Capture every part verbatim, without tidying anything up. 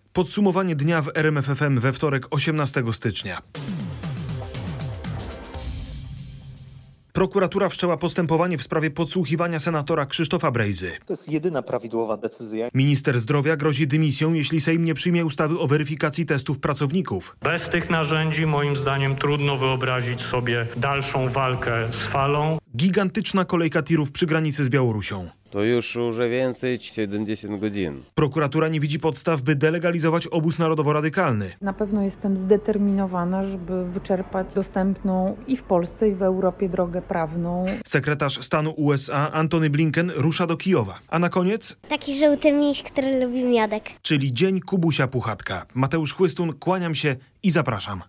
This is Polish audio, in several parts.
Podsumowanie dnia w R M F F M we wtorek osiemnastego stycznia. Prokuratura wszczęła postępowanie w sprawie podsłuchiwania senatora Krzysztofa Brejzy. To jest jedyna prawidłowa decyzja. Minister zdrowia grozi dymisją, jeśli Sejm nie przyjmie ustawy o weryfikacji testów pracowników. Bez tych narzędzi, moim zdaniem, trudno wyobrazić sobie dalszą walkę z falą. Gigantyczna kolejka tirów przy granicy z Białorusią. To już уже więcej niż siedemdziesiąt godzin. Prokuratura nie widzi podstaw, by delegalizować obóz narodowo-radykalny. Na pewno jestem zdeterminowana, żeby wyczerpać dostępną i w Polsce, i w Europie drogę prawną. Sekretarz stanu U S A Antony Blinken rusza do Kijowa. A na koniec? Taki żółty miś, który lubi miodek. Czyli Dzień Kubusia Puchatka. Mateusz Chłystun, kłaniam się i zapraszam.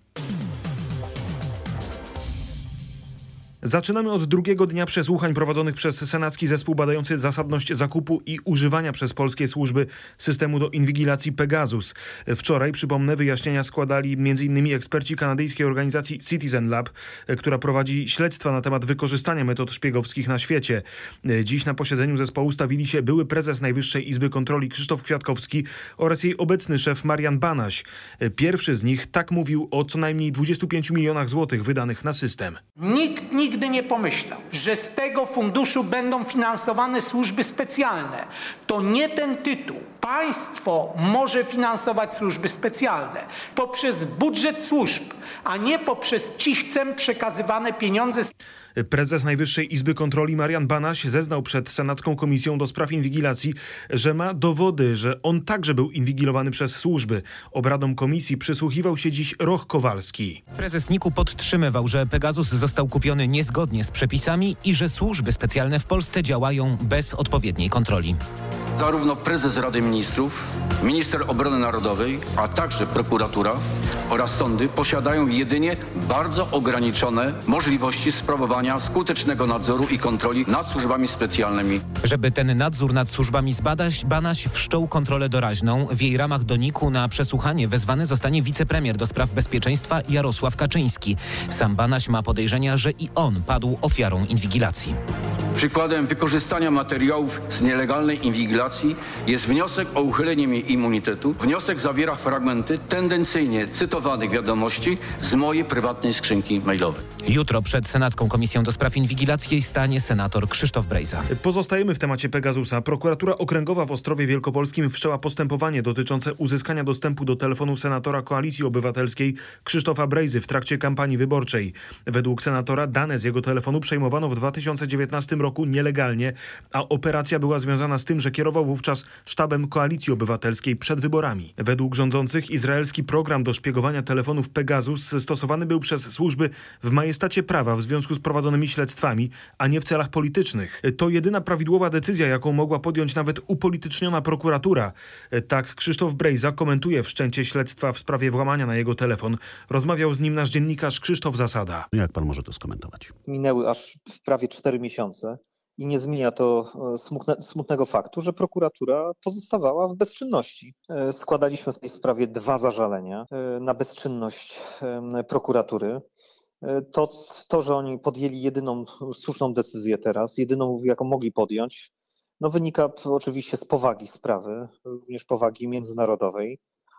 Zaczynamy od drugiego dnia przesłuchań prowadzonych przez senacki zespół badający zasadność zakupu i używania przez polskie służby systemu do inwigilacji Pegasus. Wczoraj, przypomnę, wyjaśnienia składali między innymi eksperci kanadyjskiej organizacji Citizen Lab, która prowadzi śledztwa na temat wykorzystania metod szpiegowskich na świecie. Dziś na posiedzeniu zespołu stawili się były prezes Najwyższej Izby Kontroli Krzysztof Kwiatkowski oraz jej obecny szef Marian Banaś. Pierwszy z nich tak mówił o co najmniej dwudziestu pięciu milionach złotych wydanych na system. Nikt nigdy nie pomyślał, że z tego funduszu będą finansowane służby specjalne. To nie ten tytuł. Państwo może finansować służby specjalne poprzez budżet służb, a nie poprzez cichcem przekazywane pieniądze. Prezes Najwyższej Izby Kontroli Marian Banaś zeznał przed Senacką Komisją do Spraw Inwigilacji, że ma dowody, że on także był inwigilowany przez służby. Obradom komisji przysłuchiwał się dziś Roch Kowalski. Prezes N I K-u podtrzymywał, że Pegasus został kupiony niezgodnie z przepisami i że służby specjalne w Polsce działają bez odpowiedniej kontroli. Zarówno prezes Rady Ministrów, minister obrony narodowej, a także prokuratura oraz sądy posiadają jedynie bardzo ograniczone możliwości sprawowania skutecznego nadzoru i kontroli nad służbami specjalnymi. Żeby ten nadzór nad służbami zbadać, Banaś wszczął kontrolę doraźną. W jej ramach do N I K-u na przesłuchanie wezwany zostanie wicepremier do spraw bezpieczeństwa Jarosław Kaczyński. Sam Banaś ma podejrzenia, że i on padł ofiarą inwigilacji. Przykładem wykorzystania materiałów z nielegalnej inwigilacji jest wniosek o uchylenie mi immunitetu. Wniosek zawiera fragmenty tendencyjnie cytowanych wiadomości z mojej prywatnej skrzynki mailowej. Jutro przed Senacką Komisją do Spraw Inwigilacji stanie senator Krzysztof Brejza. Pozostajemy w temacie Pegasusa. Prokuratura Okręgowa w Ostrowie Wielkopolskim wszczęła postępowanie dotyczące uzyskania dostępu do telefonu senatora Koalicji Obywatelskiej Krzysztofa Brejzy w trakcie kampanii wyborczej. Według senatora dane z jego telefonu przejmowano w dwa tysiące dziewiętnastym roku nielegalnie, a operacja była związana z tym, że kierował wówczas sztabem Koalicji Obywatelskiej przed wyborami. Według rządzących izraelski program do szpiegowania telefonów Pegasus stosowany był przez służby w majestacie prawa w związku z prowadzonymi śledztwami, a nie w celach politycznych. To jedyna prawidłowa decyzja, jaką mogła podjąć nawet upolityczniona prokuratura. Tak Krzysztof Brejza komentuje wszczęcie śledztwa w sprawie włamania na jego telefon. Rozmawiał z nim nasz dziennikarz Krzysztof Zasada. Jak pan może to skomentować? Minęły aż prawie cztery miesiące i nie zmienia to smutne, smutnego faktu, że prokuratura pozostawała w bezczynności. Składaliśmy w tej sprawie dwa zażalenia na bezczynność prokuratury. To, to, że oni podjęli jedyną słuszną decyzję teraz, jedyną, jaką mogli podjąć, no wynika oczywiście z powagi sprawy, również powagi międzynarodowej,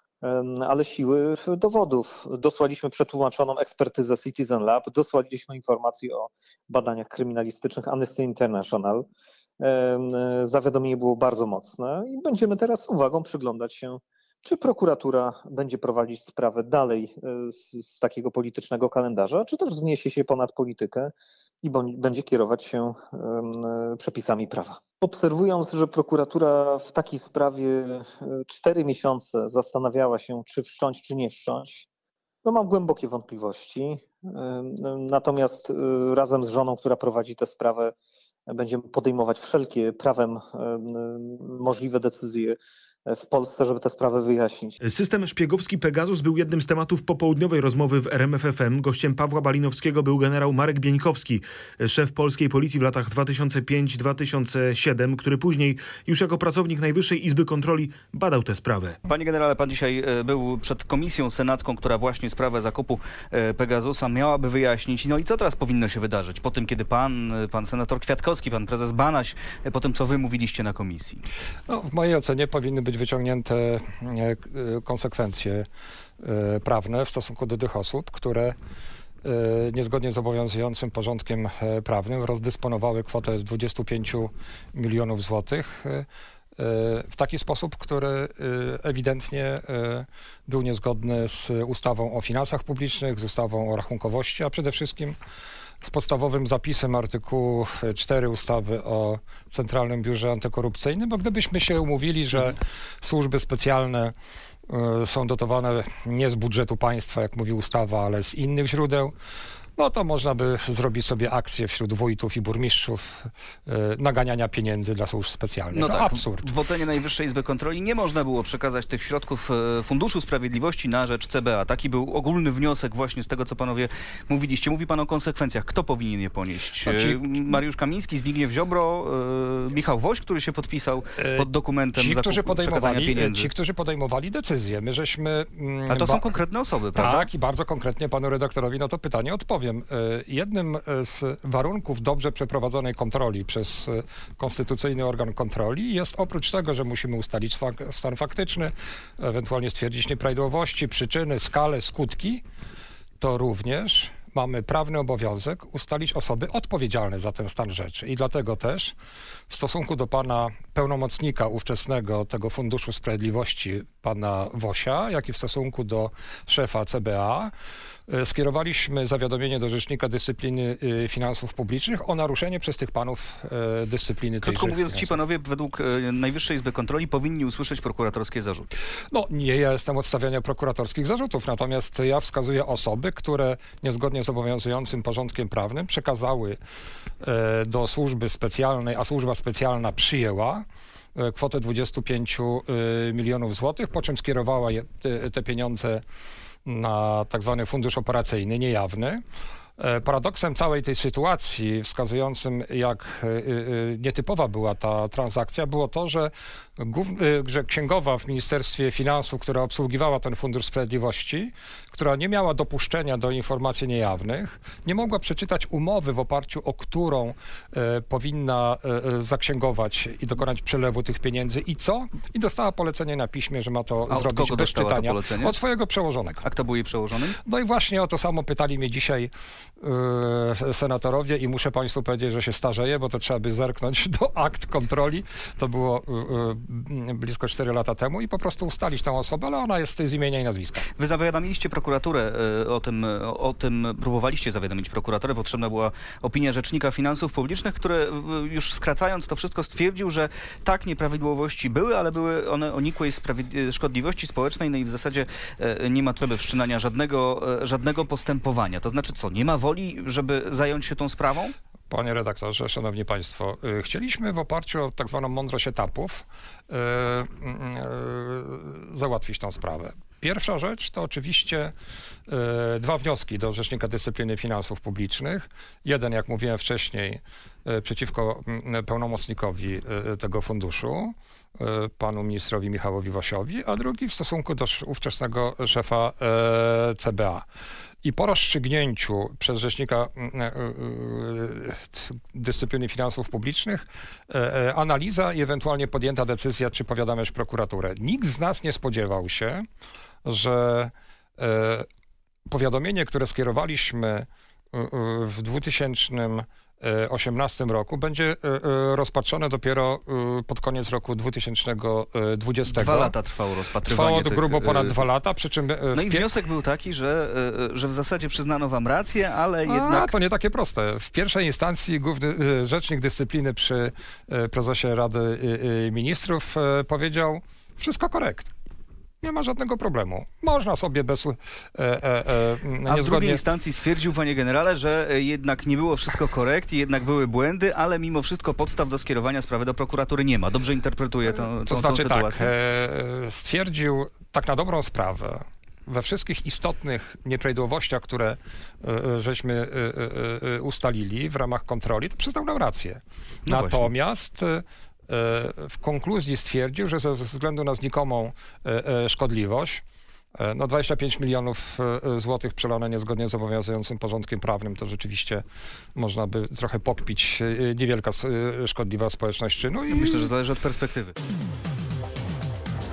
ale siły dowodów. Dosłaliśmy przetłumaczoną ekspertyzę Citizen Lab, dosłaliśmy informacji o badaniach kryminalistycznych Amnesty International. Zawiadomienie było bardzo mocne i będziemy teraz z uwagą przyglądać się, czy prokuratura będzie prowadzić sprawę dalej z, z takiego politycznego kalendarza, czy też wzniesie się ponad politykę i będzie kierować się przepisami prawa. Obserwując, że prokuratura w takiej sprawie cztery miesiące zastanawiała się, czy wszcząć, czy nie wszcząć, no mam głębokie wątpliwości. Natomiast razem z żoną, która prowadzi tę sprawę, będziemy podejmować wszelkie prawem możliwe decyzje w Polsce, żeby tę sprawę wyjaśnić. System szpiegowski Pegasus był jednym z tematów popołudniowej rozmowy w R M F F M. Gościem Pawła Balinowskiego był generał Marek Bieńkowski, szef polskiej policji w latach dwa tysiące piąty do dwa tysiące siódmego, który później już jako pracownik Najwyższej Izby Kontroli badał tę sprawę. Panie generale, pan dzisiaj był przed komisją senacką, która właśnie sprawę zakupu Pegasusa miałaby wyjaśnić. No i co teraz powinno się wydarzyć po tym, kiedy pan, pan senator Kwiatkowski, pan prezes Banaś, po tym, co wy mówiliście na komisji? No, w mojej ocenie powinny być być wyciągnięte konsekwencje prawne w stosunku do tych osób, które niezgodnie z obowiązującym porządkiem prawnym rozdysponowały kwotę dwadzieścia pięć milionów złotych w taki sposób, który ewidentnie był niezgodny z ustawą o finansach publicznych, z ustawą o rachunkowości, a przede wszystkim z podstawowym zapisem artykułu cztery ustawy o Centralnym Biurze Antykorupcyjnym, bo gdybyśmy się umówili, że służby specjalne są dotowane nie z budżetu państwa, jak mówi ustawa, ale z innych źródeł, no to można by zrobić sobie akcję wśród wójtów i burmistrzów yy, naganiania pieniędzy dla służb specjalnych. No no tak, absurd. W ocenie Najwyższej Izby Kontroli nie można było przekazać tych środków Funduszu Sprawiedliwości na rzecz C B A. Taki był ogólny wniosek właśnie z tego, co panowie mówiliście. Mówi pan o konsekwencjach. Kto powinien je ponieść? No ci... Mariusz Kamiński, Zbigniew Ziobro, yy, Michał Woś, który się podpisał pod dokumentem ci, którzy podejmowali, pieniędzy. Ci, którzy podejmowali decyzje. My żeśmy... Mm, A to są konkretne osoby, prawda? Tak, i bardzo konkretnie panu redaktorowi na to pytanie odpowiem. Jednym z warunków dobrze przeprowadzonej kontroli przez konstytucyjny organ kontroli jest oprócz tego, że musimy ustalić stan faktyczny, ewentualnie stwierdzić nieprawidłowości, przyczyny, skalę, skutki, to również mamy prawny obowiązek ustalić osoby odpowiedzialne za ten stan rzeczy. I dlatego też w stosunku do pana pełnomocnika ówczesnego tego Funduszu Sprawiedliwości, pana Wosia, jak i w stosunku do szefa C B A, skierowaliśmy zawiadomienie do Rzecznika Dyscypliny Finansów Publicznych o naruszenie przez tych panów dyscypliny. Krótko mówiąc, ci panowie według Najwyższej Izby Kontroli powinni usłyszeć prokuratorskie zarzuty. No, nie ja jestem od stawiania prokuratorskich zarzutów, natomiast ja wskazuję osoby, które niezgodnie z obowiązującym porządkiem prawnym przekazały do służby specjalnej, a służba specjalna przyjęła kwotę dwadzieścia pięć milionów złotych, po czym skierowała je, te, te pieniądze na tak zwany fundusz operacyjny, niejawny. Paradoksem całej tej sytuacji, wskazującym jak nietypowa była ta transakcja, było to, że, że księgowa w Ministerstwie Finansów, która obsługiwała ten Fundusz Sprawiedliwości, która nie miała dopuszczenia do informacji niejawnych, nie mogła przeczytać umowy, w oparciu o którą powinna zaksięgować i dokonać przelewu tych pieniędzy. I co? I dostała polecenie na piśmie, że ma to A zrobić od bez czytania. Od swojego przełożonego. A kto był jej przełożonym? No i właśnie o to samo pytali mnie dzisiaj Yy, senatorowie i muszę państwu powiedzieć, że się starzeję, bo to trzeba by zerknąć do akt kontroli. To było yy, yy, blisko cztery lata temu i po prostu ustalić tę osobę, ale ona jest z imienia i nazwiska. Wy zawiadomiliście prokuraturę yy, o tym, o, o tym, próbowaliście zawiadomić prokuraturę. Potrzebna była opinia Rzecznika Finansów Publicznych, który yy, już skracając to wszystko stwierdził, że tak, nieprawidłowości były, ale były one o nikłej szkodliwości społecznej, no i w zasadzie yy, nie ma potrzeby wszczynania żadnego, yy, żadnego postępowania. To znaczy co, nie ma woli, żeby zająć się tą sprawą? Panie redaktorze, szanowni państwo, chcieliśmy w oparciu o tak zwaną mądrość etapów yy, yy, załatwić tą sprawę. Pierwsza rzecz to oczywiście yy, dwa wnioski do Rzecznika Dyscypliny Finansów Publicznych. Jeden, jak mówiłem wcześniej, yy, przeciwko yy, pełnomocnikowi yy, tego funduszu, yy, panu ministrowi Michałowi Wosiowi, a drugi w stosunku do ówczesnego szefa yy, C B A. I po rozstrzygnięciu przez Rzecznika Dyscypliny Finansów Publicznych analiza i ewentualnie podjęta decyzja, czy powiadamiać prokuraturę. Nikt z nas nie spodziewał się, że powiadomienie, które skierowaliśmy w dwa tysiące osiemnastym roku będzie rozpatrzone dopiero pod koniec roku dwa tysiące dwudziestego. Dwa lata trwało rozpatrywanie Trwało to tych... grubo ponad dwa lata, przy czym... No i wniosek był taki, że, że w zasadzie przyznano wam rację, ale jednak... A, to nie takie proste. W pierwszej instancji główny rzecznik dyscypliny przy prezesie Rady Ministrów powiedział, wszystko korekt. Nie ma żadnego problemu. Można sobie bez... E, e, e, A w drugiej instancji stwierdził, panie generale, że jednak nie było wszystko korekt i jednak były błędy, ale mimo wszystko podstaw do skierowania sprawy do prokuratury nie ma. Dobrze interpretuję tą, tą, to znaczy, tą sytuację? Tak, e, stwierdził tak na dobrą sprawę, we wszystkich istotnych nieprawidłowościach, które e, żeśmy e, e, ustalili w ramach kontroli, to przyznał nam rację. No Natomiast... w konkluzji stwierdził, że ze względu na znikomą szkodliwość, no dwadzieścia pięć milionów złotych przelane niezgodnie z obowiązującym porządkiem prawnym, to rzeczywiście można by trochę pokpić niewielka szkodliwa społeczność czynu. I... Ja myślę, że zależy od perspektywy.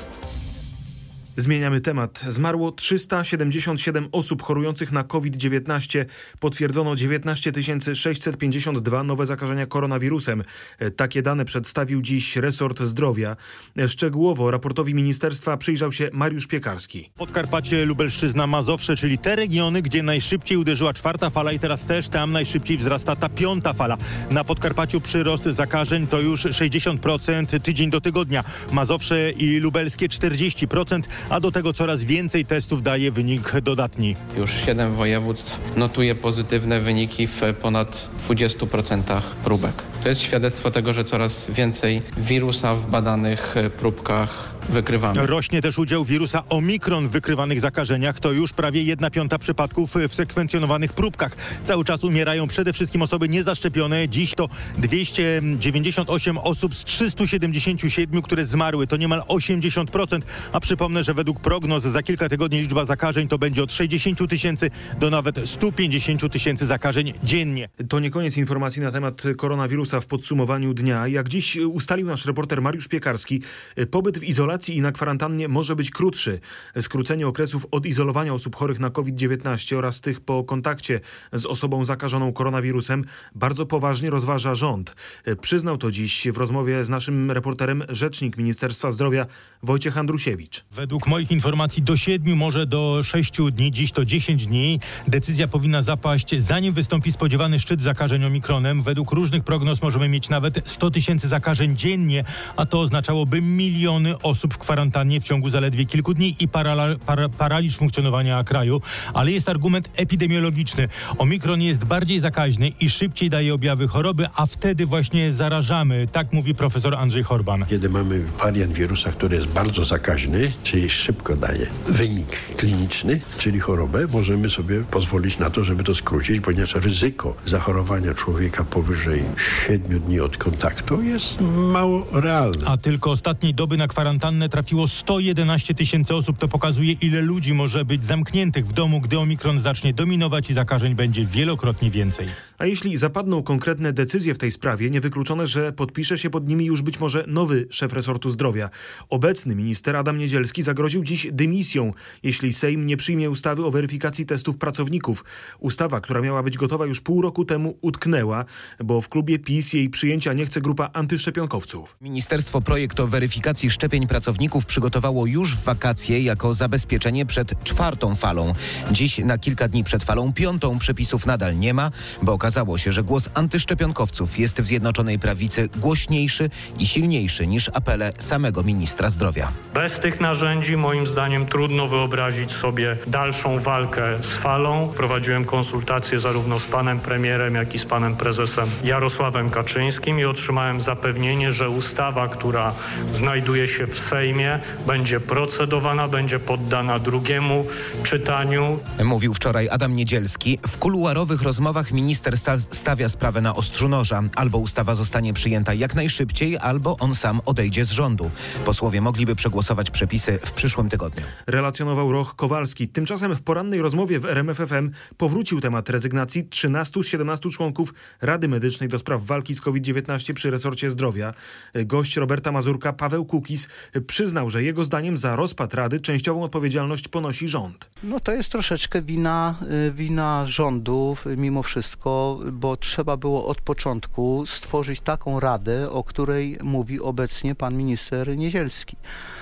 Zmieniamy temat. Zmarło trzysta siedemdziesiąt siedem osób chorujących na COVID dziewiętnaście. Potwierdzono dziewiętnaście tysięcy sześćset pięćdziesiąt dwa nowe zakażenia koronawirusem. Takie dane przedstawił dziś resort zdrowia. Szczegółowo raportowi ministerstwa przyjrzał się Mariusz Piekarski. Podkarpacie, Lubelszczyzna, Mazowsze, czyli te regiony, gdzie najszybciej uderzyła czwarta fala i teraz też tam najszybciej wzrasta ta piąta fala. Na Podkarpaciu przyrost zakażeń to już sześćdziesiąt procent tydzień do tygodnia. Mazowsze i Lubelskie czterdzieści procent, a do tego coraz więcej testów daje wynik dodatni. Już siedem województw notuje pozytywne wyniki w ponad dwudziestu procentach próbek. To jest świadectwo tego, że coraz więcej wirusa w badanych próbkach wykrywamy. Rośnie też udział wirusa Omikron w wykrywanych zakażeniach. To już prawie jedna piąta przypadków w sekwencjonowanych próbkach. Cały czas umierają przede wszystkim osoby niezaszczepione. Dziś to dwieście dziewięćdziesiąt osiem osób z trzystu siedemdziesięciu siedmiu, które zmarły. To niemal osiemdziesiąt procent. A przypomnę, że według prognoz za kilka tygodni liczba zakażeń to będzie od sześćdziesięciu tysięcy do nawet stu pięćdziesięciu tysięcy zakażeń dziennie. To nie koniec informacji na temat koronawirusa w podsumowaniu dnia. Jak dziś ustalił nasz reporter Mariusz Piekarski, pobyt w izolacji i na kwarantannie może być krótszy. Skrócenie okresów odizolowania osób chorych na COVID dziewiętnaście oraz tych po kontakcie z osobą zakażoną koronawirusem bardzo poważnie rozważa rząd. Przyznał to dziś w rozmowie z naszym reporterem rzecznik Ministerstwa Zdrowia Wojciech Andrusiewicz. Według moich informacji do siedmiu, może do sześciu dni, dziś to dziesięć dni. Decyzja powinna zapaść, zanim wystąpi spodziewany szczyt zakażeń Omikronem. Według różnych prognoz możemy mieć nawet sto tysięcy zakażeń dziennie, a to oznaczałoby miliony osób w kwarantannie w ciągu zaledwie kilku dni i parala, para, paraliż funkcjonowania kraju. Ale jest argument epidemiologiczny. Omikron jest bardziej zakaźny i szybciej daje objawy choroby, a wtedy właśnie zarażamy. Tak mówi profesor Andrzej Horban. Kiedy mamy wariant wirusa, który jest bardzo zakaźny, czyli szybko daje wynik kliniczny, czyli chorobę, możemy sobie pozwolić na to, żeby to skrócić, ponieważ ryzyko zachorowania człowieka powyżej siedmiu dni od kontaktu jest mało realne. A tylko ostatniej doby na kwarantannę trafiło sto jedenaście tysięcy osób. To pokazuje, ile ludzi może być zamkniętych w domu, gdy Omikron zacznie dominować i zakażeń będzie wielokrotnie więcej. A jeśli zapadną konkretne decyzje w tej sprawie, niewykluczone, że podpisze się pod nimi już być może nowy szef resortu zdrowia. Obecny minister Adam Niedzielski zagroził dziś dymisją, jeśli Sejm nie przyjmie ustawy o weryfikacji testów pracowników. Ustawa, która miała być gotowa już pół roku temu, utknęła, bo w klubie PiS jej przyjęcia nie chce grupa antyszczepionkowców. Ministerstwo projekt o weryfikacji szczepień pracowników przygotowało już w wakacje jako zabezpieczenie przed czwartą falą. Dziś na kilka dni przed falą piątą przepisów nadal nie ma, bo okazało się, że głos antyszczepionkowców jest w Zjednoczonej Prawicy głośniejszy i silniejszy niż apele samego ministra zdrowia. Bez tych narzędzi moim zdaniem trudno wyobrazić sobie dalszą walkę z falą. Prowadziłem konsultacje zarówno z panem premierem, jak i z panem prezesem Jarosławem Kaczyńskim i otrzymałem zapewnienie, że ustawa, która znajduje się w Sejmie, będzie procedowana, będzie poddana drugiemu czytaniu. Mówił wczoraj Adam Niedzielski. W kuluarowych rozmowach minister sta- stawia sprawę na ostrzu noża. Albo ustawa zostanie przyjęta jak najszybciej, albo on sam odejdzie z rządu. Posłowie mogliby przegłosować przepisy w przyszłym tygodniu. Relacjonował Roch Kowalski. Tymczasem w porannej rozmowie w R M F F M powrócił temat rezygnacji trzynastu z siedemnastu członków Rady Medycznej do spraw walki z COVID dziewiętnaście przy resorcie zdrowia. Gość Roberta Mazurka, Paweł Kukiz, przyznał, że jego zdaniem za rozpad Rady częściową odpowiedzialność ponosi rząd. No to jest troszeczkę wina, wina rządu mimo wszystko, bo trzeba było od początku stworzyć taką radę, o której mówi obecnie pan minister Niedzielski.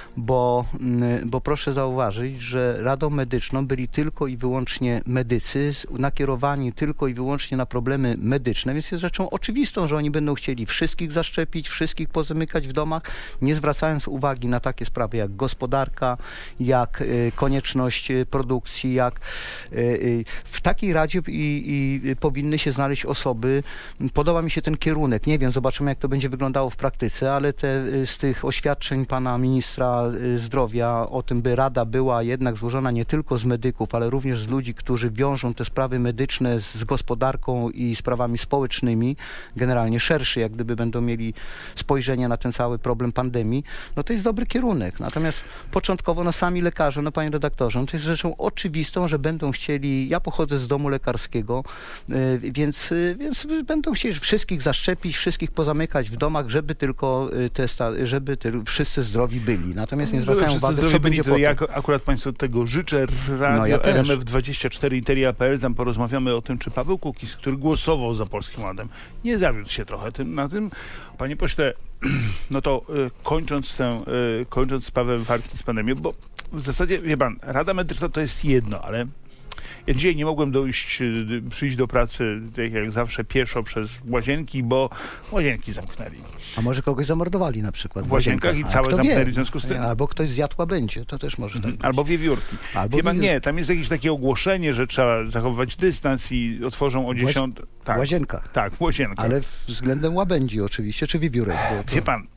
Bo, bo proszę zauważyć, że Radą Medyczną byli tylko i wyłącznie medycy, nakierowani tylko i wyłącznie na problemy medyczne, więc jest rzeczą oczywistą, że oni będą chcieli wszystkich zaszczepić, wszystkich pozamykać w domach, nie zwracając uwagi na takie sprawy jak gospodarka, jak y, konieczność produkcji, jak y, y, w takiej radzie i, i powinny się znaleźć osoby. Podoba mi się ten kierunek, nie wiem, zobaczymy jak to będzie wyglądało w praktyce, ale te, z tych oświadczeń pana ministra zdrowia o tym, by Rada była jednak złożona nie tylko z medyków, ale również z ludzi, którzy wiążą te sprawy medyczne z, z gospodarką i sprawami społecznymi, generalnie szerszy, jak gdyby będą mieli spojrzenie na ten cały problem pandemii, no to jest dobry kierunek. Natomiast początkowo no sami lekarze, no panie redaktorze, no to jest rzeczą oczywistą, że będą chcieli, ja pochodzę z domu lekarskiego, więc, więc będą chcieli wszystkich zaszczepić, wszystkich pozamykać w domach, żeby tylko te, żeby ty, wszyscy zdrowi byli. Natomiast nie zwracają uwagi, co będzie potem. Ja akurat państwu tego życzę. Radio no ja R M F dwadzieścia cztery Interia kropka p l, tam porozmawiamy o tym, czy Paweł Kukiz, który głosował za Polskim Ładem, nie zawiódł się trochę tym, na tym. Panie pośle, no to y, kończąc tę, y, kończąc sprawę walki z pandemią, bo w zasadzie, wie pan, Rada Medyczna to jest jedno, ale ja dzisiaj nie mogłem dojść, przyjść do pracy, tak jak zawsze, pieszo przez Łazienki, bo Łazienki zamknęli. A może kogoś zamordowali na przykład w Łazienkach i całe zamknęli wie? W związku z tym. Albo ktoś zjadł łabędzie, to też może tak być. Albo wiewiórki. Albo Wie pan, wiewiórki. nie, tam jest jakieś takie ogłoszenie, że trzeba zachowywać dystans i otworzą o dziesiątej. Tak. W Łazienkach. Tak, w Łazienkach. Ale względem łabędzi oczywiście, czy wiewiórek. To... Wie pan,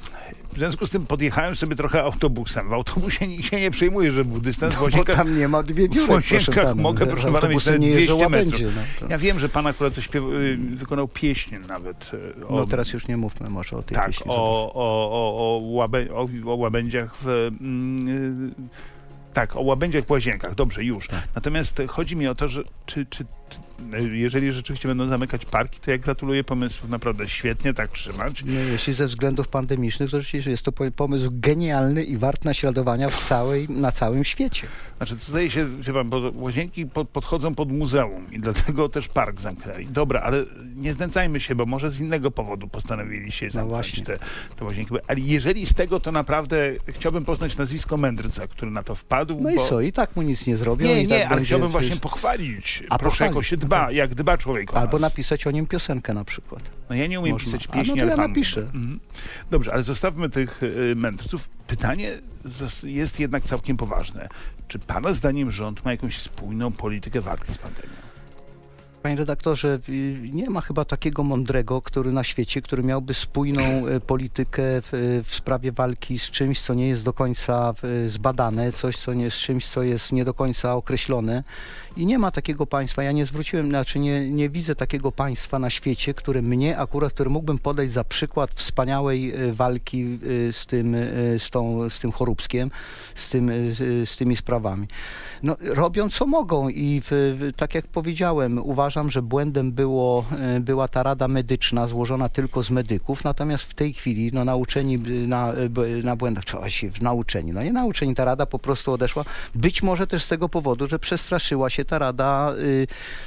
w związku z tym podjechałem sobie trochę autobusem. W autobusie nikt się nie przejmuje, że był dystans. No, bo tam nie ma wiewiórek, w Łazienkach mogę, proszę pana, mieć nawet dwieście metrów. No, ja wiem, że pan akurat coś śpiew... wykonał pieśń nawet. O... No teraz już nie mówmy może o tej tak, pieśni. Tak, o, o, o, o, łabę... o, o łabędziach w... Mm, tak, o łabędziach w Łazienkach. Dobrze, już. Tak. Natomiast chodzi mi o to, że czy, czy, czy jeżeli rzeczywiście będą zamykać parki, to ja gratuluję pomysłów, naprawdę świetnie, tak trzymać. No, jeśli ze względów pandemicznych, to rzeczywiście jest to pomysł genialny i wart naśladowania w całej, na całym świecie. Znaczy, to zdaje się, wie pan, bo Łazienki pod, podchodzą pod muzeum i dlatego też park zamknęli. Dobra, ale nie znęcajmy się, bo może z innego powodu postanowili się zamknąć no te, te Łazienki. Ale jeżeli z tego, to naprawdę chciałbym poznać nazwisko mędrca, który na to wpadł. No bo... i co, i tak mu nic nie zrobią. Nie, i nie, tak ale będzie... chciałbym właśnie pochwalić. A proszę, pochwalić. jako się dba, jak dba człowiek o Albo nas. napisać o nim piosenkę na przykład. No ja nie umiem Można. pisać pieśni, A no to ale ja pan... napiszę. Mhm. Dobrze, ale zostawmy tych y, mędrców. Pytanie jest jednak całkiem poważne. Czy pana zdaniem rząd ma jakąś spójną politykę walki z pandemią? Panie redaktorze, nie ma chyba takiego mądrego, który na świecie, który miałby spójną politykę w, w sprawie walki z czymś, co nie jest do końca zbadane, coś, co nie, z czymś, co jest nie do końca określone. I nie ma takiego państwa, ja nie zwróciłem, znaczy nie, nie widzę takiego państwa na świecie, które mnie akurat, który mógłbym podać za przykład wspaniałej walki z tym, z tą, z tym choróbskiem, z, tym, z tymi sprawami. No, robią co mogą i w, w, tak jak powiedziałem, uważam, że błędem było, była ta Rada Medyczna złożona tylko z medyków, natomiast w tej chwili no, nauczeni na, na błędach, czy właściwie nauczeni, no nie nauczeni, ta Rada po prostu odeszła, być może też z tego powodu, że przestraszyła się ta Rada y,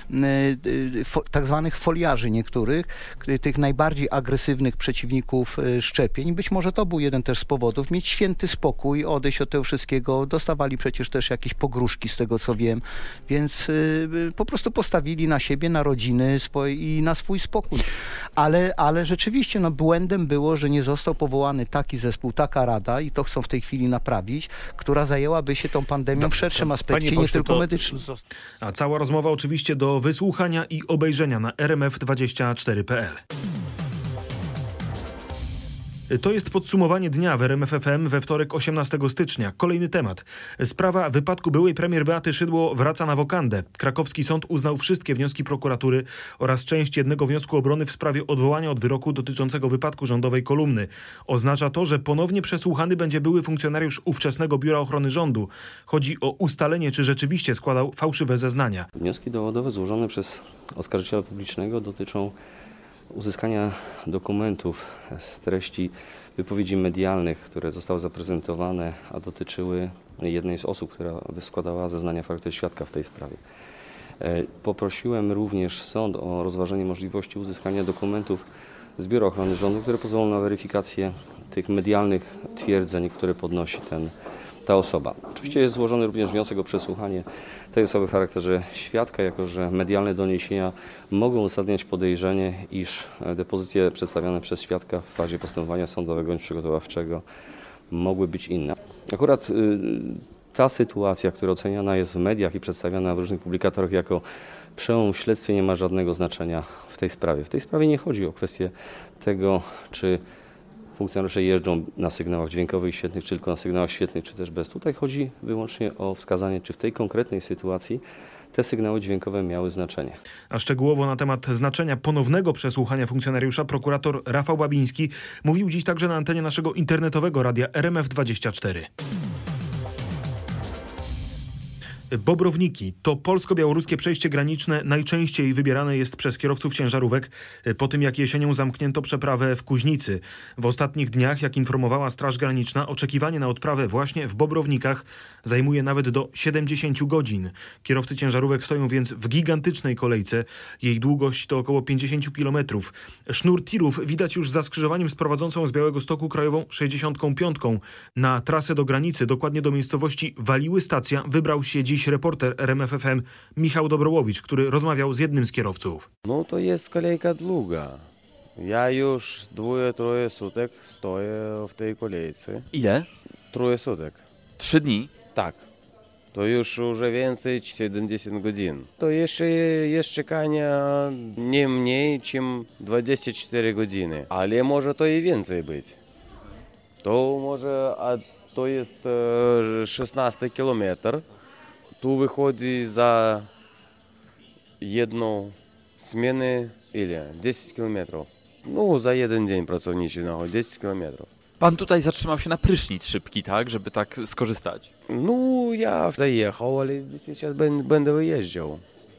y, y, fo, tak zwanych foliarzy niektórych, y, tych najbardziej agresywnych przeciwników y, szczepień. Być może to był jeden też z powodów, mieć święty spokój, odejść od tego wszystkiego, dostawali przecież też jakieś pogróżki z tego, co wiem, więc y, po prostu postawili na siebie, na rodziny swoje, i na swój spokój. Ale, ale rzeczywiście no, błędem było, że nie został powołany taki zespół, taka rada i to chcą w tej chwili naprawić, która zajęłaby się tą pandemią w szerszym aspekcie, nie tylko medycznym. A cała rozmowa oczywiście do wysłuchania i obejrzenia na r m f dwadzieścia cztery kropka p l. To jest podsumowanie dnia w R M F F M we wtorek osiemnastego stycznia. Kolejny temat. Sprawa wypadku byłej premier Beaty Szydło wraca na wokandę. Krakowski sąd uznał wszystkie wnioski prokuratury oraz część jednego wniosku obrony w sprawie odwołania od wyroku dotyczącego wypadku rządowej kolumny. Oznacza to, że ponownie przesłuchany będzie były funkcjonariusz ówczesnego Biura Ochrony Rządu. Chodzi o ustalenie, czy rzeczywiście składał fałszywe zeznania. Wnioski dowodowe złożone przez oskarżyciela publicznego dotyczą uzyskania dokumentów z treści wypowiedzi medialnych, które zostały zaprezentowane, a dotyczyły jednej z osób, która składała zeznania w charakterze świadka w tej sprawie. Poprosiłem również sąd o rozważenie możliwości uzyskania dokumentów z Biura Ochrony Rządu, które pozwolą na weryfikację tych medialnych twierdzeń, które podnosi ten ta osoba. Oczywiście jest złożony również wniosek o przesłuchanie tej osoby w charakterze świadka, jako że medialne doniesienia mogą uzasadniać podejrzenie, iż depozycje przedstawiane przez świadka w fazie postępowania sądowego bądź przygotowawczego mogły być inne. Akurat y, ta sytuacja, która oceniana jest w mediach i przedstawiana w różnych publikatorach jako przełom w śledztwie, nie ma żadnego znaczenia w tej sprawie. W tej sprawie nie chodzi o kwestię tego, czy funkcjonariusze jeżdżą na sygnałach dźwiękowych i świetlnych, czy tylko na sygnałach świetlnych, czy też bez. Tutaj chodzi wyłącznie o wskazanie, czy w tej konkretnej sytuacji te sygnały dźwiękowe miały znaczenie. A szczegółowo na temat znaczenia ponownego przesłuchania funkcjonariusza prokurator Rafał Babiński mówił dziś także na antenie naszego internetowego radia R M F dwadzieścia cztery. Bobrowniki to polsko-białoruskie przejście graniczne najczęściej wybierane jest przez kierowców ciężarówek po tym, jak jesienią zamknięto przeprawę w Kuźnicy. W ostatnich dniach, jak informowała Straż Graniczna, oczekiwanie na odprawę właśnie w Bobrownikach zajmuje nawet do siedemdziesiąt godzin. Kierowcy ciężarówek stoją więc w gigantycznej kolejce. Jej długość to około pięćdziesiąt kilometrów. Sznur tirów widać już za skrzyżowaniem z prowadzącą z Białegostoku krajową sześćdziesiątką piątką. Na trasę do granicy, dokładnie do miejscowości Waliły Stacja, wybrał się dziś reporter R M F F M Michał Dobrołowicz, który rozmawiał z jednym z kierowców. No to jest kolejka długa. Ja już dwoje, troje sutek stoję w tej kolejce. Ile? Troje sutek. Trzy dni? Tak. To już już więcej siedemdziesiąt godzin. To jeszcze jest czekania nie mniej niż dwadzieścia cztery godziny, ale może to i więcej być. To może, a to jest szesnaście kilometrów. Tu wychodzi za jedną zmianę ile? dziesięć kilometrów. No za jeden dzień pracowniczy, no dziesięć kilometrów. Pan tutaj zatrzymał się na prysznic szybki, tak? Żeby tak skorzystać? No ja zajechał, ale сейчас będę wyjeżdżał.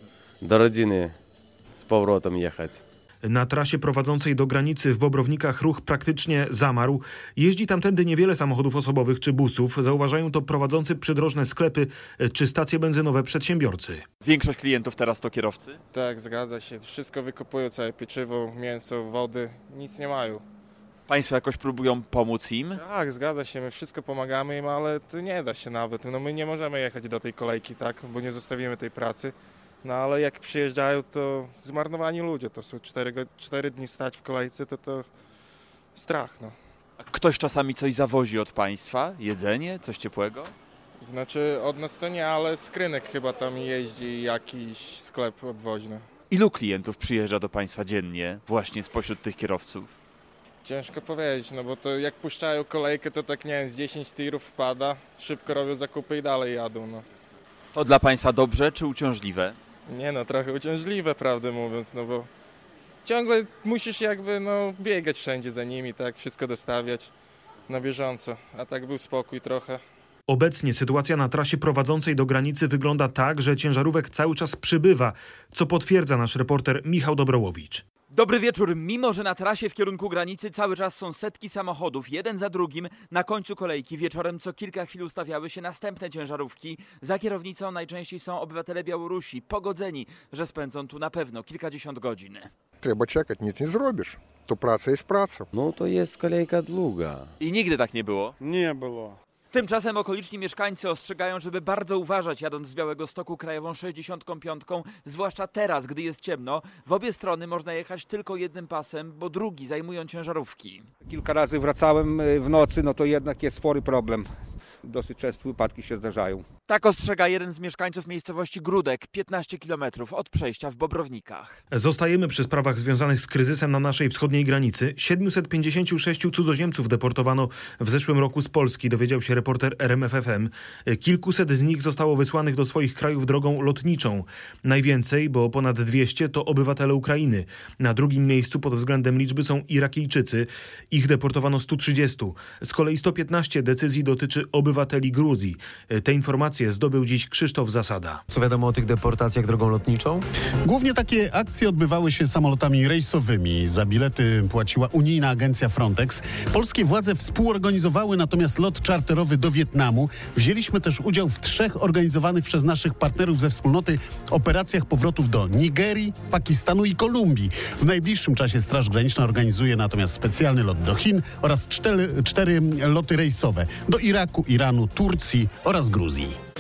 Do rodziny z powrotem jechać. Na trasie prowadzącej do granicy w Bobrownikach ruch praktycznie zamarł. Jeździ tamtędy niewiele samochodów osobowych czy busów. Zauważają to prowadzący przydrożne sklepy czy stacje benzynowe przedsiębiorcy. Większość klientów teraz to kierowcy? Tak, zgadza się. Wszystko wykupują, całe pieczywo, mięso, wody. Nic nie mają. Państwo jakoś próbują pomóc im? Tak, zgadza się. My wszystko pomagamy im, ale to nie da się nawet. No my nie możemy jechać do tej kolejki, tak, bo nie zostawimy tej pracy. No ale jak przyjeżdżają, to zmarnowani ludzie, to są cztery, cztery dni stać w kolejce, to to strach, no. A ktoś czasami coś zawozi od państwa? Jedzenie? Coś ciepłego? Znaczy od nas to nie, ale z Krynek chyba tam jeździ jakiś sklep obwoźny. Ilu klientów przyjeżdża do państwa dziennie właśnie spośród tych kierowców? Ciężko powiedzieć, no bo to jak puszczają kolejkę, to tak nie wiem, z dziesięć tirów wpada, szybko robią zakupy i dalej jadą, no. To dla państwa dobrze czy uciążliwe? Nie no, trochę uciążliwe, prawdę mówiąc, no bo ciągle musisz jakby no biegać wszędzie za nimi, tak, wszystko dostawiać na bieżąco, a tak był spokój trochę. Obecnie sytuacja na trasie prowadzącej do granicy wygląda tak, że ciężarówek cały czas przybywa, co potwierdza nasz reporter Michał Dobrołowicz. Dobry wieczór. Mimo że na trasie w kierunku granicy cały czas są setki samochodów, jeden za drugim, na końcu kolejki wieczorem co kilka chwil ustawiały się następne ciężarówki. Za kierownicą najczęściej są obywatele Białorusi, pogodzeni, że spędzą tu na pewno kilkadziesiąt godzin. Trzeba czekać, nic nie zrobisz. To praca jest praca. No to jest kolejka długa. I nigdy tak nie było? Nie było. Tymczasem okoliczni mieszkańcy ostrzegają, żeby bardzo uważać jadąc z Białegostoku krajową sześćdziesiątką piątką, zwłaszcza teraz, gdy jest ciemno. W obie strony można jechać tylko jednym pasem, bo drugi zajmują ciężarówki. Kilka razy wracałem w nocy, no to jednak jest spory problem. Dosyć często wypadki się zdarzają. Tak ostrzega jeden z mieszkańców miejscowości Grudek, piętnaście kilometrów od przejścia w Bobrownikach. Zostajemy przy sprawach związanych z kryzysem na naszej wschodniej granicy. siedemset pięćdziesiąt sześć cudzoziemców deportowano w zeszłym roku z Polski, dowiedział się reporter R M F F M. Kilkuset z nich zostało wysłanych do swoich krajów drogą lotniczą. Najwięcej, bo ponad dwieście, to obywatele Ukrainy. Na drugim miejscu pod względem liczby są Irakijczycy. Ich deportowano sto trzydzieści. Z kolei sto piętnaście decyzji dotyczy obywateli Gruzji. Te informacje zdobył dziś Krzysztof Zasada. Co wiadomo o tych deportacjach drogą lotniczą? Głównie takie akcje odbywały się samolotami rejsowymi. Za bilety płaciła unijna agencja Frontex. Polskie władze współorganizowały natomiast lot czarterowy do Wietnamu. Wzięliśmy też udział w trzech organizowanych przez naszych partnerów ze wspólnoty operacjach powrotów do Nigerii, Pakistanu i Kolumbii. W najbliższym czasie Straż Graniczna organizuje natomiast specjalny lot do Chin oraz cztery, cztery loty rejsowe do Iraku, Iranu, Turcji oraz Gruzji.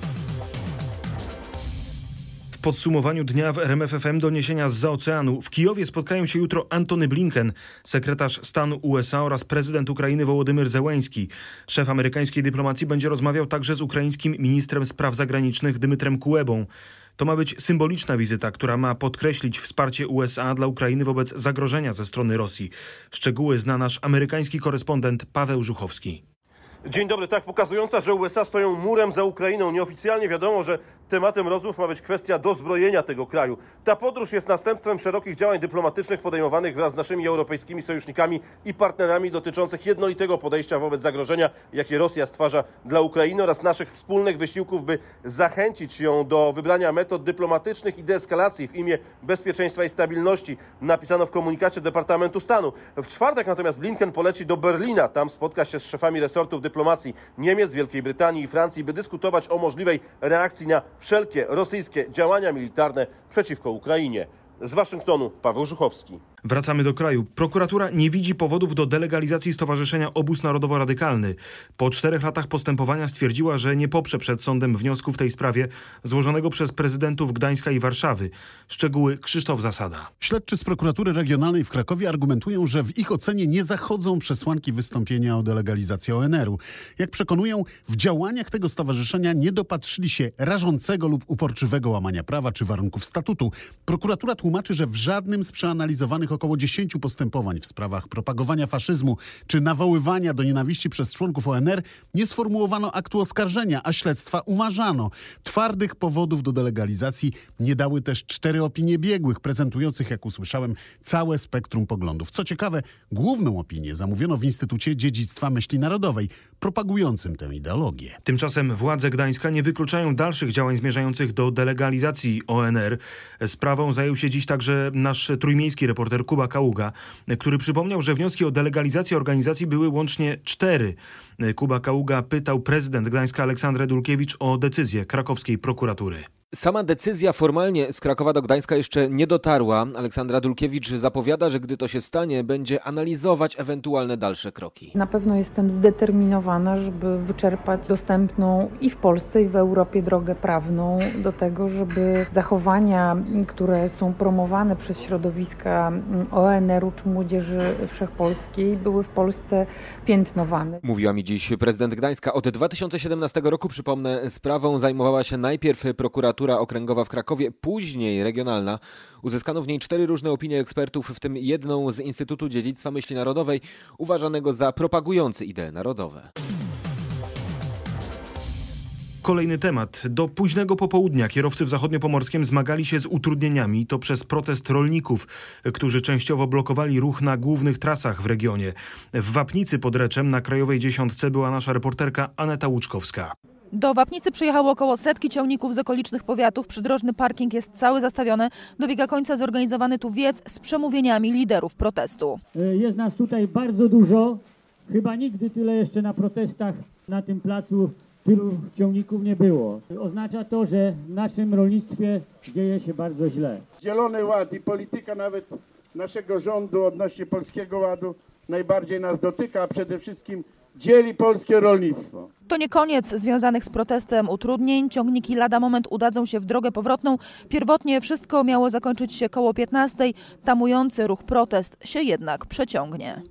W podsumowaniu dnia w R M F F M doniesienia zza oceanu. W Kijowie spotkają się jutro Antony Blinken, sekretarz stanu U S A oraz prezydent Ukrainy Wołodymyr Zełenski. Szef amerykańskiej dyplomacji będzie rozmawiał także z ukraińskim ministrem spraw zagranicznych Dmytrem Kulebą. To ma być symboliczna wizyta, która ma podkreślić wsparcie U S A dla Ukrainy wobec zagrożenia ze strony Rosji. Szczegóły zna nasz amerykański korespondent Paweł Żuchowski. Dzień dobry, tak, pokazująca, że U S A stoją murem za Ukrainą. Nieoficjalnie wiadomo, że Tematem rozmów ma być kwestia dozbrojenia tego kraju. Ta podróż jest następstwem szerokich działań dyplomatycznych podejmowanych wraz z naszymi europejskimi sojusznikami i partnerami dotyczących jednolitego podejścia wobec zagrożenia, jakie Rosja stwarza dla Ukrainy, oraz naszych wspólnych wysiłków, by zachęcić ją do wybrania metod dyplomatycznych i deeskalacji w imię bezpieczeństwa i stabilności, napisano w komunikacie Departamentu Stanu. W czwartek natomiast Blinken poleci do Berlina. Tam spotka się z szefami resortów dyplomacji Niemiec, Wielkiej Brytanii i Francji, by dyskutować o możliwej reakcji na wszelkie rosyjskie działania militarne przeciwko Ukrainie. Z Waszyngtonu Paweł Żuchowski. Wracamy do kraju. Prokuratura nie widzi powodów do delegalizacji Stowarzyszenia Obóz Narodowo-Radykalny. Po czterech latach postępowania stwierdziła, że nie poprze przed sądem wniosku w tej sprawie złożonego przez prezydentów Gdańska i Warszawy. Szczegóły Krzysztof Zasada. Śledczy z prokuratury regionalnej w Krakowie argumentują, że w ich ocenie nie zachodzą przesłanki wystąpienia o delegalizację O N R u. Jak przekonują, w działaniach tego stowarzyszenia nie dopatrzyli się rażącego lub uporczywego łamania prawa czy warunków statutu. Prokuratura tłumaczy, że w żadnym z przeanalizowanych około dziesięciu postępowań w sprawach propagowania faszyzmu czy nawoływania do nienawiści przez członków O N R nie sformułowano aktu oskarżenia, a śledztwa umarzano. Twardych powodów do delegalizacji nie dały też cztery opinie biegłych, prezentujących, jak usłyszałem, całe spektrum poglądów. Co ciekawe, główną opinię zamówiono w Instytucie Dziedzictwa Myśli Narodowej, propagującym tę ideologię. Tymczasem władze Gdańska nie wykluczają dalszych działań zmierzających do delegalizacji O N R. Sprawą zajął się dziś także nasz trójmiejski reporter Kuba Kaługa, który przypomniał, że wnioski o delegalizację organizacji były łącznie cztery. Kuba Kaługa pytał prezydent Gdańska Aleksandrę Dulkiewicz o decyzję krakowskiej prokuratury. Sama decyzja formalnie z Krakowa do Gdańska jeszcze nie dotarła. Aleksandra Dulkiewicz zapowiada, że gdy to się stanie, będzie analizować ewentualne dalsze kroki. Na pewno jestem zdeterminowana, żeby wyczerpać dostępną i w Polsce, i w Europie drogę prawną do tego, żeby zachowania, które są promowane przez środowiska O N R u czy Młodzieży Wszechpolskiej, były w Polsce piętnowane. Mówiła mi dziś prezydent Gdańska. Od dwa tysiące siedemnastego roku, przypomnę, sprawą zajmowała się najpierw prokuratura okręgowa w Krakowie, później regionalna. Uzyskano w niej cztery różne opinie ekspertów, w tym jedną z Instytutu Dziedzictwa Myśli Narodowej, uważanego za propagujący idee narodowe. Kolejny temat. Do późnego popołudnia kierowcy w Zachodniopomorskiem zmagali się z utrudnieniami. To przez protest rolników, którzy częściowo blokowali ruch na głównych trasach w regionie. W Wapnicy pod Reczem na Krajowej Dziesiątce była nasza reporterka Aneta Łuczkowska. Do Wapnicy przyjechało około setki ciągników z okolicznych powiatów. Przydrożny parking jest cały zastawiony. Dobiega końca zorganizowany tu wiec z przemówieniami liderów protestu. Jest nas tutaj bardzo dużo. Chyba nigdy tyle jeszcze na protestach na tym placu tylu ciągników nie było. Oznacza to, że w naszym rolnictwie dzieje się bardzo źle. Zielony Ład i polityka nawet naszego rządu odnośnie Polskiego Ładu najbardziej nas dotyka, a przede wszystkim dzieli polskie rolnictwo. To nie koniec związanych z protestem utrudnień. Ciągniki lada moment udadzą się w drogę powrotną. Pierwotnie wszystko miało zakończyć się koło piętnastej. Tamujący ruch protest się jednak przeciągnie.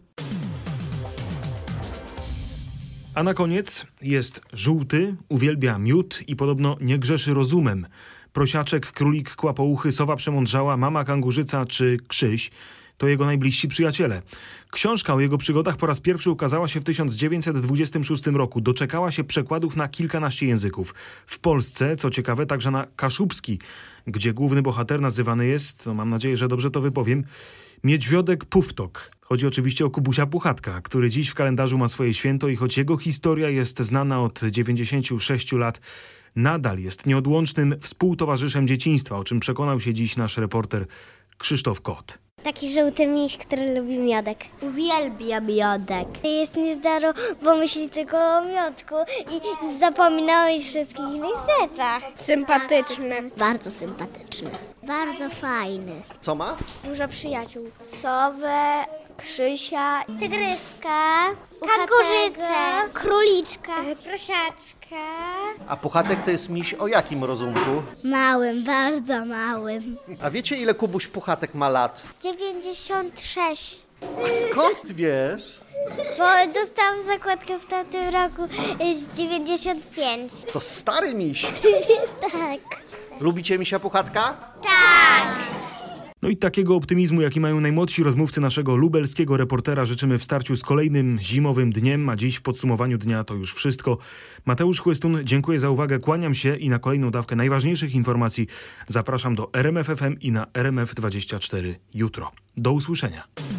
A na koniec jest żółty, uwielbia miód i podobno nie grzeszy rozumem. Prosiaczek, królik, kłapouchy, sowa przemądrzała, mama kangurzyca czy Krzyś to jego najbliżsi przyjaciele. Książka o jego przygodach po raz pierwszy ukazała się w tysiąc dziewięćset dwudziestym szóstym roku. Doczekała się przekładów na kilkanaście języków. W Polsce, co ciekawe, także na kaszubski, gdzie główny bohater nazywany jest, no mam nadzieję, że dobrze to wypowiem, Miedźwiodek Puftok. Chodzi oczywiście o Kubusia Puchatka, który dziś w kalendarzu ma swoje święto i choć jego historia jest znana od dziewięćdziesięciu sześciu lat, nadal jest nieodłącznym współtowarzyszem dzieciństwa, o czym przekonał się dziś nasz reporter Krzysztof Kot. Taki żółty miś, który lubi miodek. Uwielbia miodek. Jest niezdaro, bo myśli tylko o miodku i zapomina o wszystkich innych rzeczach. Sympatyczny. Bardzo sympatyczny. Bardzo fajny. Co ma? Dużo przyjaciół. Sowę, Krzysia, tygryska, kangurzycę, króliczka, prosiaczka. A Puchatek to jest miś o jakim rozumku? Małym, bardzo małym. A wiecie, ile Kubuś Puchatek ma lat? dziewięćdziesiąt sześć. A skąd ty wiesz? Bo dostałam zakładkę w tamtym roku z dziewięćdziesiąt pięć. To stary miś. Tak. Lubicie misia Puchatka? Tak. No i takiego optymizmu, jaki mają najmłodsi rozmówcy naszego lubelskiego reportera, życzymy w starciu z kolejnym zimowym dniem, a dziś w podsumowaniu dnia to już wszystko. Mateusz Chłystun, dziękuję za uwagę, kłaniam się i na kolejną dawkę najważniejszych informacji zapraszam do R M F F M i na R M F dwadzieścia cztery jutro. Do usłyszenia.